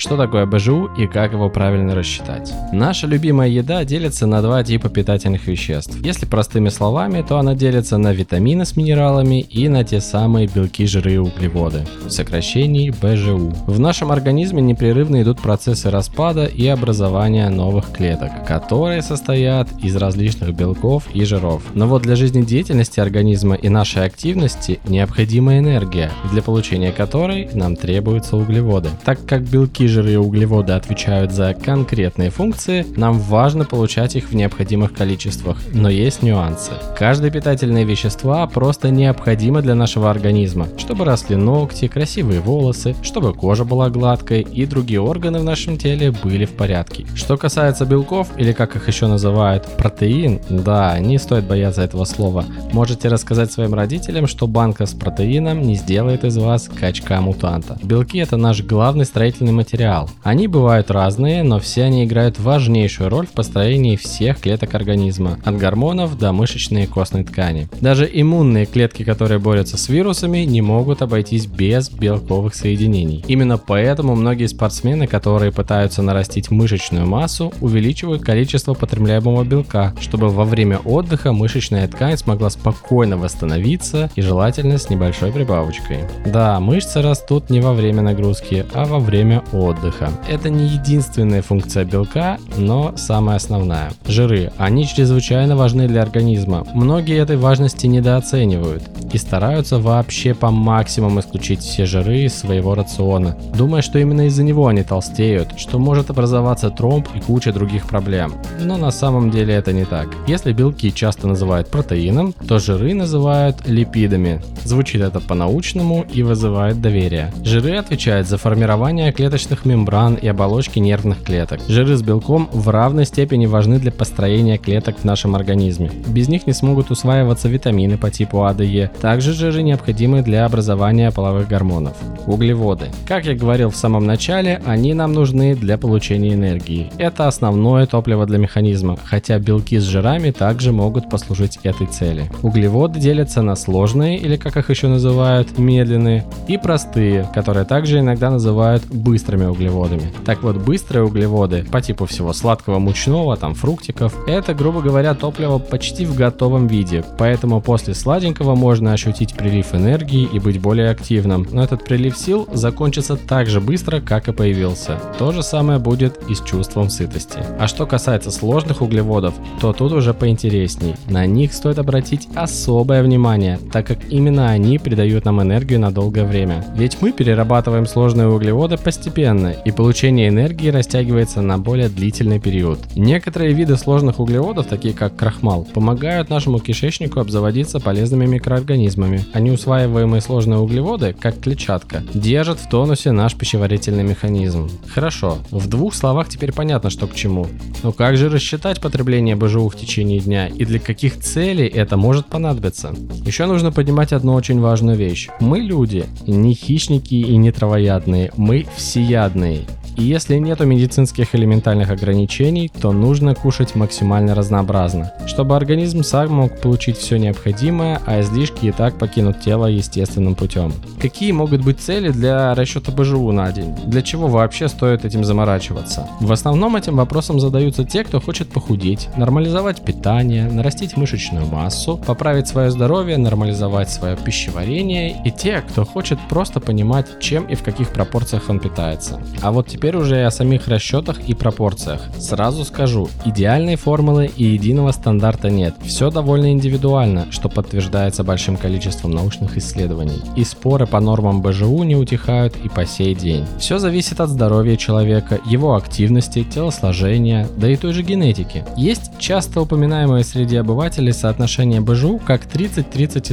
Что такое БЖУ и как его правильно рассчитать? Наша любимая еда делится на два типа питательных веществ. Если простыми словами, то она делится на витамины с минералами и на те самые белки, жиры и углеводы, в сокращении БЖУ. В нашем организме непрерывно идут процессы распада и образования новых клеток, которые состоят из различных белков и жиров. Но вот для жизнедеятельности организма и нашей активности необходима энергия, для получения которой нам требуются углеводы. Так как белки, жиры и углеводы отвечают за конкретные функции, нам важно получать их в необходимых количествах, но есть нюансы. Каждое питательное вещество просто необходимо для нашего организма, чтобы росли ногти, красивые волосы, чтобы кожа была гладкой и другие органы в нашем теле были в порядке. Что касается белков, или как их еще называют, протеин, да, не стоит бояться этого слова. Можете рассказать своим родителям, что банка с протеином не сделает из вас качка-мутанта. Белки — это наш главный строительный материал. Они бывают разные, но все они играют важнейшую роль в построении всех клеток организма, от гормонов до мышечной и костной ткани. Даже иммунные клетки, которые борются с вирусами, не могут обойтись без белковых соединений. Именно поэтому многие спортсмены, которые пытаются нарастить мышечную массу, увеличивают количество потребляемого белка, чтобы во время отдыха мышечная ткань смогла спокойно восстановиться и желательно с небольшой прибавочкой. Да, мышцы растут не во время нагрузки, а во время отдыха. Это не единственная функция белка, но самая основная. Жиры. Они чрезвычайно важны для организма. Многие этой важности недооценивают и стараются вообще по максимуму исключить все жиры из своего рациона, думая, что именно из-за него они толстеют, что может образоваться тромб и куча других проблем. Но на самом деле это не так. Если белки часто называют протеином, то жиры называют липидами. Звучит это по-научному и вызывает доверие. Жиры отвечают за формирование клеточных мембран и оболочки нервных клеток. Жиры с белком в равной степени важны для построения клеток в нашем организме. Без них не смогут усваиваться витамины по типу А, Д, Е. Также жиры необходимы для образования половых гормонов. Углеводы. Как я говорил в самом начале, они нам нужны для получения энергии. Это основное топливо для механизма, хотя белки с жирами также могут послужить этой цели. Углеводы делятся на сложные, или как их еще называют, медленные, и простые, которые также иногда называют быстрыми углеводами. Так вот, быстрые углеводы, по типу всего сладкого, мучного, фруктиков, это, грубо говоря, топливо почти в готовом виде, поэтому после сладенького можно ощутить прилив энергии и быть более активным, но этот прилив сил закончится так же быстро, как и появился. То же самое будет и с чувством сытости. А что касается сложных углеводов, то тут уже поинтересней. На них стоит обратить особое внимание, так как именно они придают нам энергию на долгое время. Ведь мы перерабатываем сложные углеводы постепенно, и получение энергии растягивается на более длительный период. Некоторые виды сложных углеводов, такие как крахмал, помогают нашему кишечнику обзаводиться полезными микроорганизмами, а неусваиваемые сложные углеводы, как клетчатка, держат в тонусе наш пищеварительный механизм. Хорошо, в двух словах теперь понятно, что к чему. Но как же рассчитать потребление БЖУ в течение дня и для каких целей это может понадобиться? Еще нужно понимать одну очень важную вещь. Мы люди, не хищники и не травоядные, мы всеядные. И если нету медицинских или ментальных ограничений, то нужно кушать максимально разнообразно, чтобы организм сам мог получить все необходимое, а излишки и так покинут тело естественным путем. Какие могут быть цели для расчета БЖУ на день? Для чего вообще стоит этим заморачиваться? В основном этим вопросом задаются те, кто хочет похудеть, нормализовать питание, нарастить мышечную массу, поправить свое здоровье, нормализовать свое пищеварение, и те, кто хочет просто понимать, чем и в каких пропорциях он питается. А вот теперь уже и о самих расчетах и пропорциях. Сразу скажу, идеальной формулы и единого стандарта нет. Все довольно индивидуально, что подтверждается большим количеством научных исследований. И споры по нормам БЖУ не утихают и по сей день. Все зависит от здоровья человека, его активности, телосложения, да и той же генетики. Есть часто упоминаемое среди обывателей соотношение БЖУ как 30, 30 и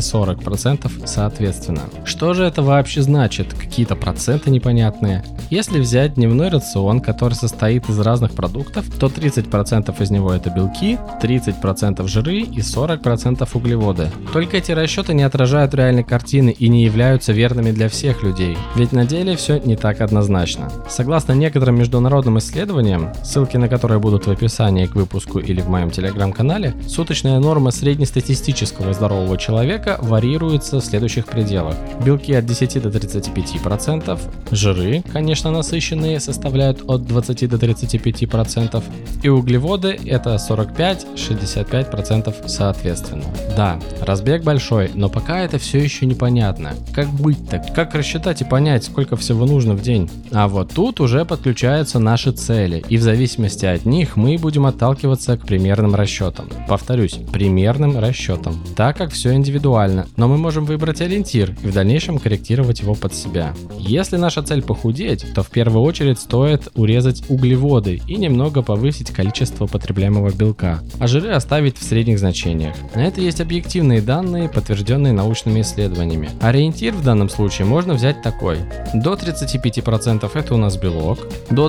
40% соответственно. Что же это вообще значит? Какие-то проценты непонятные. Если взять дневной рацион, который состоит из разных продуктов, то 30% из него это белки, 30% жиры и 40% углеводы. Только эти расчеты не отражают реальной картины и не являются верными для всех людей, ведь на деле все не так однозначно. Согласно некоторым международным исследованиям, ссылки на которые будут в описании к выпуску или в моем телеграм-канале, суточная норма среднестатистического здорового человека варьируется в следующих пределах. Белки от 10 до 35%, жиры, конечно насыщенные, со составляют от 20 до 35%, и углеводы это 45-65% соответственно. Да, разбег большой, но пока это все еще непонятно. Как быть-то? Как рассчитать и понять, сколько всего нужно в день? А вот тут уже подключаются наши цели, и в зависимости от них мы будем отталкиваться к примерным расчетам. Повторюсь, примерным расчетам, так как все индивидуально, но мы можем выбрать ориентир и в дальнейшем корректировать его под себя. Если наша цель похудеть, то в первую очередь стоит урезать углеводы и немного повысить количество потребляемого белка, а жиры оставить в средних значениях. На это есть объективные данные, подтвержденные научными исследованиями. Ориентир в данном случае можно взять такой. До 35% это у нас белок, до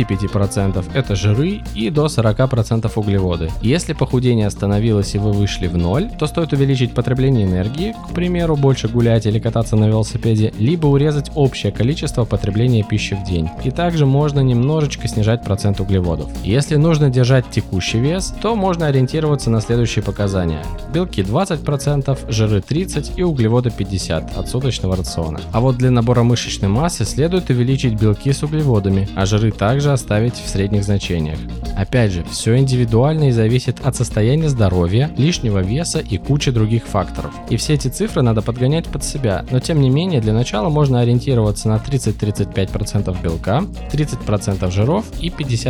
25% это жиры и до 40% углеводы. Если похудение остановилось и вы вышли в ноль, то стоит увеличить потребление энергии, к примеру, больше гулять или кататься на велосипеде, либо урезать общее количество потребления пищи в день. И также можно немножечко снижать процент углеводов. Если нужно держать текущий вес, то можно ориентироваться на следующие показания. Белки 20%, жиры 30% и углеводы 50% от суточного рациона. А вот для набора мышечной массы следует увеличить белки с углеводами, а жиры также оставить в средних значениях. Опять же, все индивидуально и зависит от состояния здоровья, лишнего веса и кучи других факторов. И все эти цифры надо подгонять под себя, но тем не менее для начала можно ориентироваться на 30-35% белка, 30% жиров и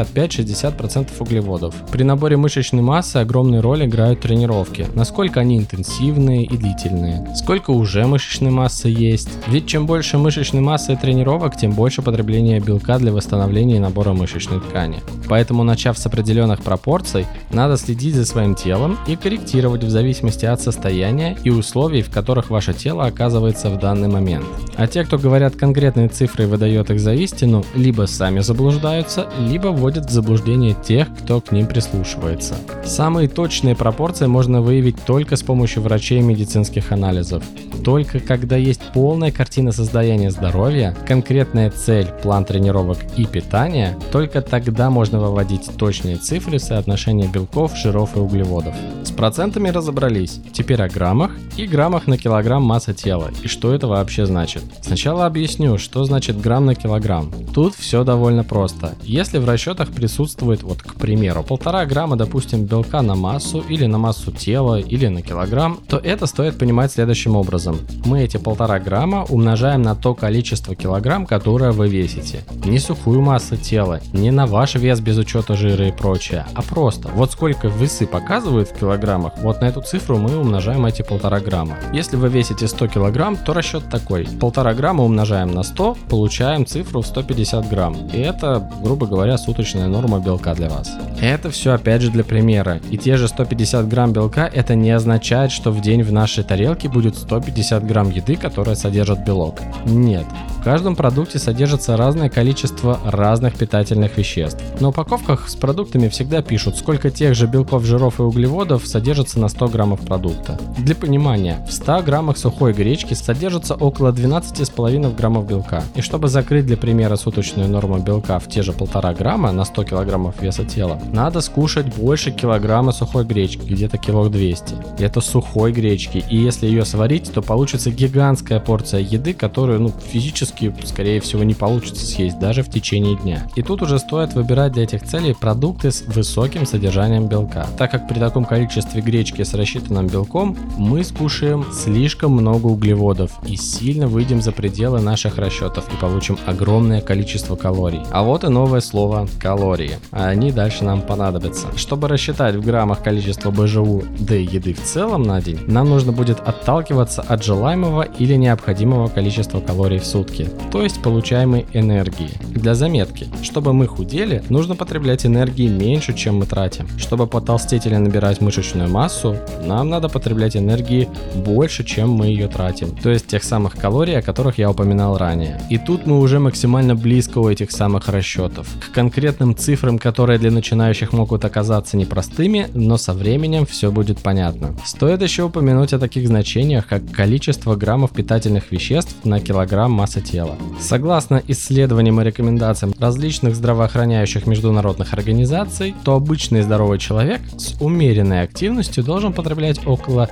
55-60% углеводов. При наборе мышечной массы огромную роль играют тренировки, насколько они интенсивные и длительные, сколько уже мышечной массы есть, ведь чем больше мышечной массы и тренировок, тем больше потребления белка для восстановления и набора мышечной ткани. Поэтому, начав с определенных пропорций, надо следить за своим телом и корректировать в зависимости от состояния и условий, в которых ваше тело оказывается в данный момент. А те, кто говорят конкретные цифры и выдает их за истину, либо сами заблуждаются, либо вводят в заблуждение тех, кто к ним прислушивается. Самые точные пропорции можно выявить только с помощью врачей и медицинских анализов. Только когда есть полная картина состояния здоровья, конкретная цель, план тренировок и питания, только тогда можно выводить точные цифры соотношения белков, жиров и углеводов. С процентами разобрались, теперь о граммах и граммах на килограмм массы тела и что это вообще значит. Сначала объясню, что значит грамм на килограмм. Тут все довольно просто. Если в расчетах присутствует, к примеру, 1,5 грамма, допустим, белка на массу или на массу тела или на килограмм, то это стоит понимать следующим образом. Мы эти 1,5 грамма умножаем на то количество килограмм, которое вы весите. Не сухую массу тела, не на ваш вес без учета жира и прочее, а просто сколько весы показывают в килограммах, на эту цифру мы умножаем эти 1,5 грамма. Если вы весите 100 килограмм, то расчет такой. 1,5 грамма умножаем на 100, получаем цифру в 150 грамм. И это, грубо говоря, суточная норма белка для вас. Это все опять же для примера. И те же 150 грамм белка, это не означает, что в день в нашей тарелке будет 150 грамм еды, которая содержит белок. Нет. В каждом продукте содержится разное количество разных питательных веществ. На упаковках с продуктами всегда пишут, сколько тех же белков, жиров и углеводов содержится на 100 граммов продукта. Для понимания, в 100 граммах сухой гречки содержится около 12,5 граммов белка. И чтобы закрыть для примера суточную норму белка в те же 1,5 грамма на 100 килограммов веса тела, надо скушать больше килограмма сухой гречки, где-то кило 200. Это сухой гречки, и если ее сварить, то получится гигантская порция еды, которую физически, скорее всего, не получится съесть даже в течение дня. И тут уже стоит выбирать для этих целей продукты с высоким содержанием белка, так как при таком количестве гречки с рассчитанным белком мы скушаем слишком много углеводов и сильно выйдем за пределы наших расчетов и получим огромное количество калорий. А вот и новое слово калории. Они дальше нам понадобятся. Чтобы рассчитать в граммах количество БЖУ, да и еды в целом на день, нам нужно будет отталкиваться от желаемого или необходимого количества калорий в сутки, то есть получаемой энергии. Для заметки, чтобы мы худели, нужно потреблять энергии меньше, чем мы тратим. Чтобы потолстеть или набирать мышечную массу, нам надо потреблять энергии больше, чем мы ее тратим, то есть тех самых калорий, о которых я упоминал ранее. И тут мы уже максимально близко у этих самых расчетов. К конкретным цифрам, которые для начинающих могут оказаться непростыми, но со временем все будет понятно. Стоит еще упомянуть о таких значениях, как количество граммов питательных веществ на килограмм массы тела. Согласно исследованиям и рекомендациям различных здравоохраняющих международных организаций, то обычный здоровый человек с умеренной активностью должен потреблять около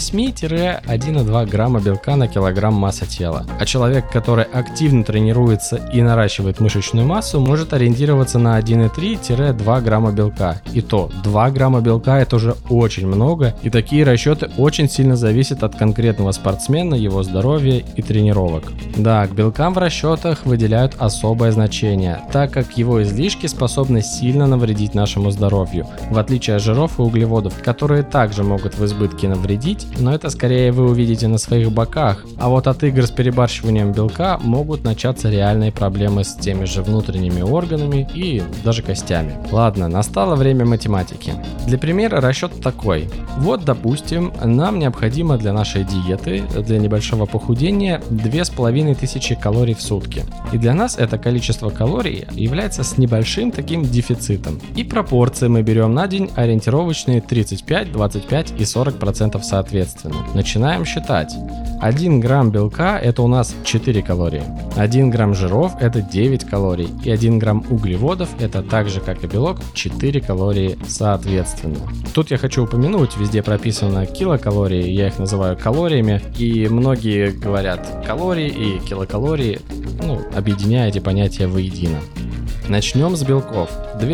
0,8-1,2 грамма белка на килограмм массы тела. А человек, который активно тренируется и наращивает мышечную массу, может ориентироваться на 1,3-2 грамма белка. И то 2 грамма белка — это уже очень много, и такие расчеты очень сильно зависят от конкретного спортсмена, его здоровья и тренировок. Да, к белкам в расчетах выделяют особое значение, так как его излишки способны сильно навредить нашему здоровью, в отличие от жиров и углеводов, которые также могут в избытке навредить, но это скорее вы увидите на своих боках, а вот от игр с перебарщиванием белка могут начаться реальные проблемы с теми же внутренними органами и даже костями. Ладно, настало время математики. Для примера расчет такой. Вот, допустим, нам необходимо для нашей диеты, для небольшого похудения 2500 калорий в сутки. И для нас это количество калорий является с небольшим таким дефицитом. И пропорции мы берем на день ориентировочные 35, 25 и 40% соответственно. Начинаем считать. 1 грамм белка — это у нас 4 калории, 1 грамм жиров — это 9 калорий, и 1 грамм углеводов — это так же, как и белок, 4 калории соответственно. Тут я хочу упомянуть, везде прописано килокалории, я их называю калориями, и многие говорят калории и килокалории, объединяя эти понятия воедино. Начнем с белков.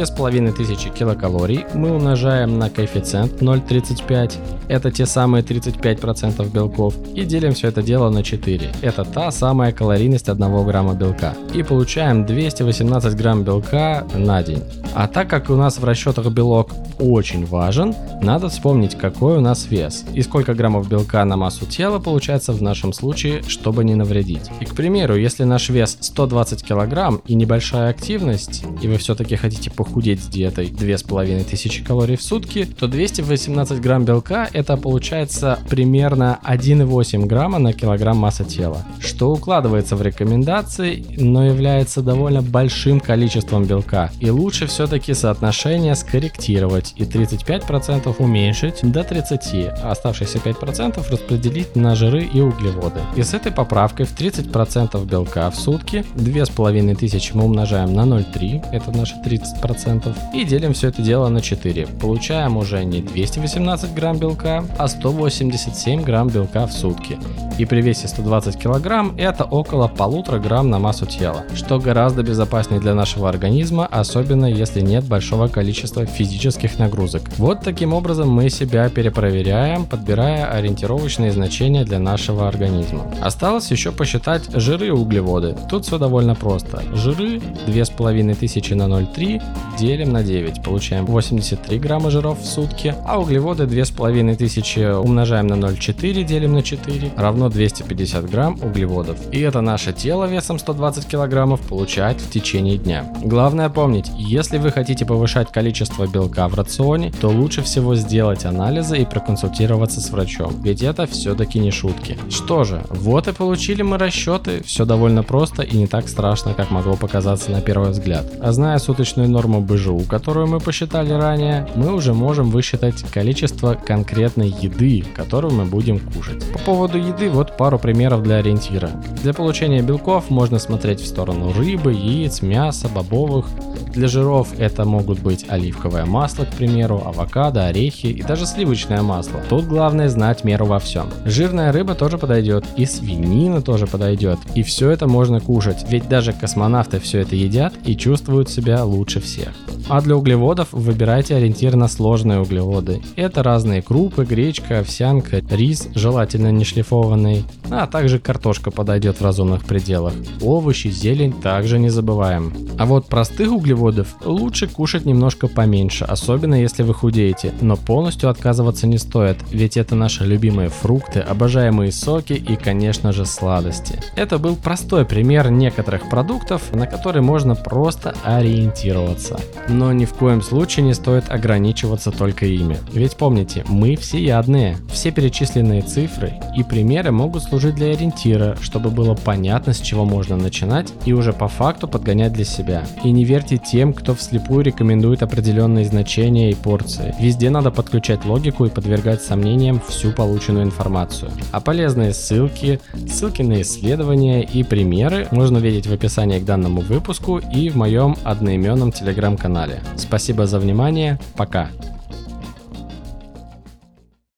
2500 килокалорий мы умножаем на коэффициент 0,35, это те самые 35% белков, и делим все это дело на 4, это та самая калорийность 1 грамма белка. И получаем 218 грамм белка на день. А так как у нас в расчетах белок очень важен, надо вспомнить, какой у нас вес и сколько граммов белка на массу тела получается в нашем случае, чтобы не навредить. И, к примеру, если наш вес 120 килограмм и небольшая активность, и вы все-таки хотите похудеть с диетой 2500 калорий в сутки, то 218 грамм белка — это получается примерно 1,8 грамма на килограмм массы тела, что укладывается в рекомендации, но является довольно большим количеством белка, и лучше все-таки соотношение скорректировать и 35% уменьшить до 30%, а оставшиеся 5% распределить на жиры и углеводы. И с этой поправкой в 30% белка в сутки 2500 мы умножаем на 0,3, это наши 30%, и делим все это дело на 4. Получаем уже не 218 грамм белка, а 187 грамм белка в сутки. И при весе 120 килограмм это около 1,5 грамм на массу тела, что гораздо безопаснее для нашего организма, особенно если нет большого количества физических нагрузок. Вот таким образом мы себя перепроверяем, подбирая ориентировочные значения для нашего организма. Осталось еще посчитать жиры и углеводы. Тут все довольно просто. Жиры 2500 на 0,3 делим на 9, получаем 83 грамма жиров в сутки, а углеводы 2500 умножаем на 0,4 делим на 4 равно 250 грамм углеводов. И это наше тело весом 120 килограммов получает в течение дня. Главное помнить, если вы хотите повышать количество белка в рационе, то лучше всего сделать анализы и проконсультироваться с врачом, ведь это все-таки не шутки. Что же, вот и получили мы расчеты, все довольно просто и не так страшно, как могло показаться на первый взгляд. А зная суточную норму БЖУ, которую мы посчитали ранее, мы уже можем высчитать количество конкретной еды, которую мы будем кушать. По поводу еды вот пару примеров для ориентира. Для получения белков можно смотреть в сторону рыбы, яиц, мяса, бобовых. Для жиров это могут быть оливковое масло, к примеру, авокадо, орехи и даже сливочное масло. Тут главное знать меру во всем. Жирная рыба тоже подойдет, и свинина тоже подойдет. И все это можно кушать, ведь даже космонавты все это едят и чувствуют себя лучше всех. А для углеводов выбирайте ориентир на сложные углеводы. Это разные крупы, гречка, овсянка, рис, желательно не шлифованный, а также картошка подойдет в разумных пределах. Овощи, зелень также не забываем. А вот простых углеводов лучше кушать немножко поменьше, особенно если вы худеете, но полностью отказываться не стоит, ведь это наши любимые фрукты, обожаемые соки и, конечно же, сладости. Это был простой пример некоторых продуктов, на которые можно просто ориентироваться. Но ни в коем случае не стоит ограничиваться только ими. Ведь помните, мы всеядные. Все перечисленные цифры и примеры могут служить для ориентира, чтобы было понятно, с чего можно начинать и уже по факту подгонять для себя. И не верьте тем, кто вслепую рекомендует определенные значения и порции. Везде надо подключать логику и подвергать сомнениям всю полученную информацию. А полезные ссылки на исследования и примеры можно увидеть в описании к данному выпуску и в моем одноименном телеграм-канале. Спасибо за внимание, пока!